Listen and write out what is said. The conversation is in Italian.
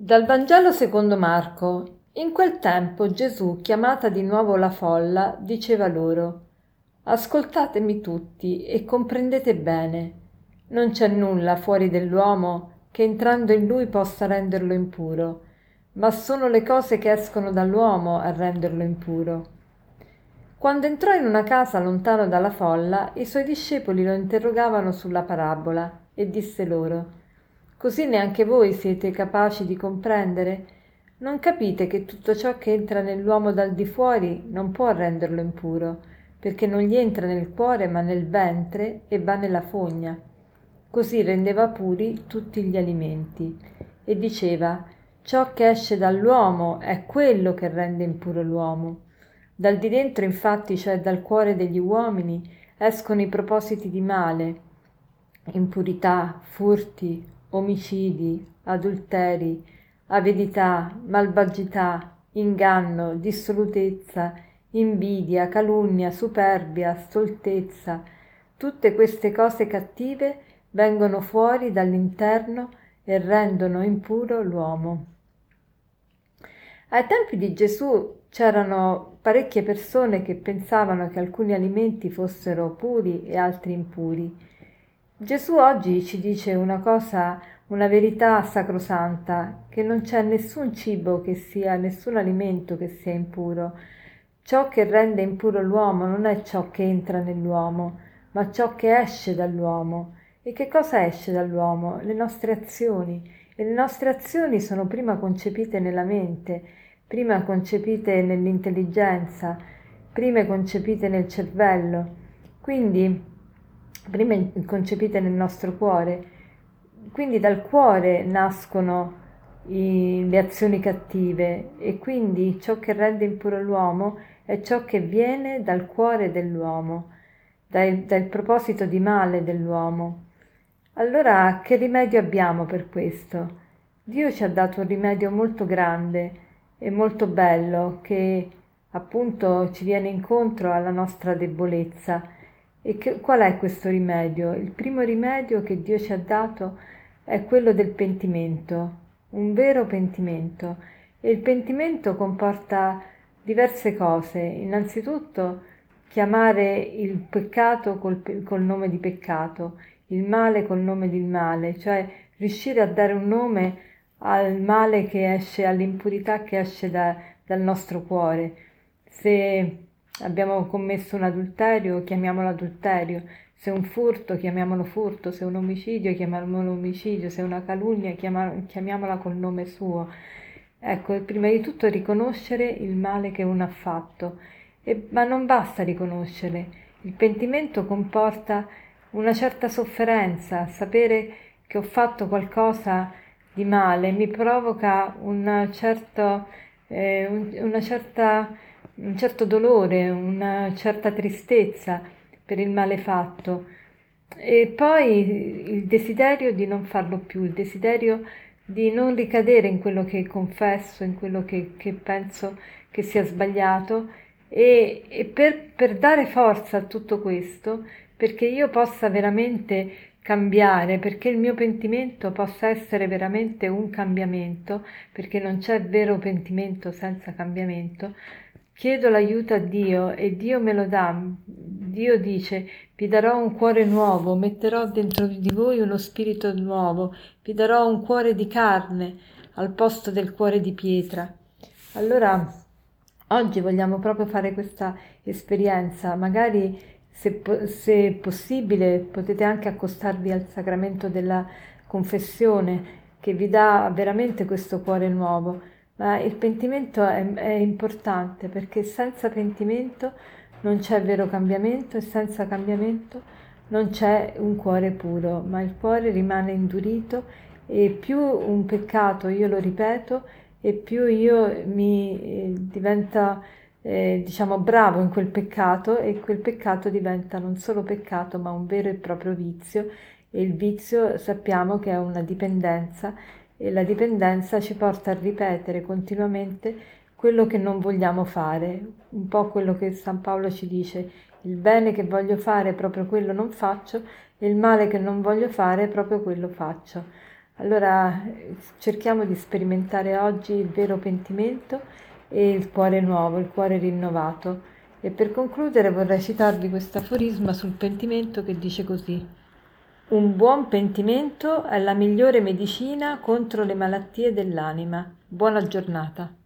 Dal Vangelo secondo Marco. In quel tempo Gesù, chiamata di nuovo la folla, diceva loro: Ascoltatemi tutti e comprendete bene. Non c'è nulla fuori dell'uomo che entrando in lui possa renderlo impuro, ma sono le cose che escono dall'uomo a renderlo impuro. Quando entrò in una casa lontano dalla folla, i suoi discepoli lo interrogavano sulla parabola e disse loro: Così neanche voi siete capaci di comprendere? Non capite che tutto ciò che entra nell'uomo dal di fuori non può renderlo impuro, perché non gli entra nel cuore ma nel ventre e va nella fogna. Così rendeva puri tutti gli alimenti. E diceva: ciò che esce dall'uomo è quello che rende impuro l'uomo. Dal di dentro, infatti, cioè dal cuore degli uomini, escono i propositi di male, impurità, furti, omicidi, adulteri, avidità, malvagità, inganno, dissolutezza, invidia, calunnia, superbia, stoltezza. Tutte queste cose cattive vengono fuori dall'interno e rendono impuro l'uomo. Ai tempi di Gesù c'erano parecchie persone che pensavano che alcuni alimenti fossero puri e altri impuri. Gesù oggi ci dice una cosa, una verità sacrosanta, che non c'è nessun cibo che sia, nessun alimento che sia impuro. Ciò che rende impuro l'uomo non è ciò che entra nell'uomo, ma ciò che esce dall'uomo. E che cosa esce dall'uomo? Le nostre azioni. E le nostre azioni sono prima concepite nella mente, prima concepite nell'intelligenza, prima concepite nel cervello. Quindi prima concepite nel nostro cuore. Quindi dal cuore nascono le azioni cattive e quindi ciò che rende impuro l'uomo è ciò che viene dal cuore dell'uomo, dal proposito di male dell'uomo. Allora, che rimedio abbiamo per questo? Dio ci ha dato un rimedio molto grande e molto bello che appunto ci viene incontro alla nostra debolezza. Qual è questo rimedio? Il primo rimedio che Dio ci ha dato è quello del pentimento, un vero pentimento. E il pentimento comporta diverse cose. Innanzitutto chiamare il peccato col nome di peccato, il male col nome di male, cioè riuscire a dare un nome al male che esce, all'impurità che esce dal nostro cuore. Se abbiamo commesso un adulterio, chiamiamolo adulterio; se un furto, chiamiamolo furto; se un omicidio, chiamiamolo omicidio; se una calunnia, chiamiamola col nome suo. Ecco, prima di tutto riconoscere il male che uno ha fatto. Ma non basta riconoscere. Il pentimento comporta una certa sofferenza, sapere che ho fatto qualcosa di male mi provoca un certo dolore, una certa tristezza per il male fatto. E poi il desiderio di non farlo più, il desiderio di non ricadere in quello che confesso, in quello che penso che sia sbagliato, e per dare forza a tutto questo, perché io possa veramente cambiare, perché il mio pentimento possa essere veramente un cambiamento, perché non c'è vero pentimento senza cambiamento, chiedo l'aiuto a Dio e Dio me lo dà. Dio dice: vi darò un cuore nuovo, metterò dentro di voi uno spirito nuovo, vi darò un cuore di carne al posto del cuore di pietra. Allora, oggi vogliamo proprio fare questa esperienza. Magari, se possibile, potete anche accostarvi al sacramento della confessione, che vi dà veramente questo cuore nuovo. Ma il pentimento è importante, perché senza pentimento non c'è vero cambiamento e senza cambiamento non c'è un cuore puro, ma il cuore rimane indurito, e più un peccato, io lo ripeto, e più io mi divento bravo in quel peccato, e quel peccato diventa non solo peccato ma un vero e proprio vizio, e il vizio sappiamo che è una dipendenza, e la dipendenza ci porta a ripetere continuamente quello che non vogliamo fare, un po' quello che San Paolo ci dice: il bene che voglio fare proprio quello non faccio, e il male che non voglio fare proprio quello faccio. Allora cerchiamo di sperimentare oggi il vero pentimento e il cuore nuovo, il cuore rinnovato. E per concludere vorrei citarvi questo aforisma sul pentimento che dice così: un buon pentimento è la migliore medicina contro le malattie dell'anima. Buona giornata.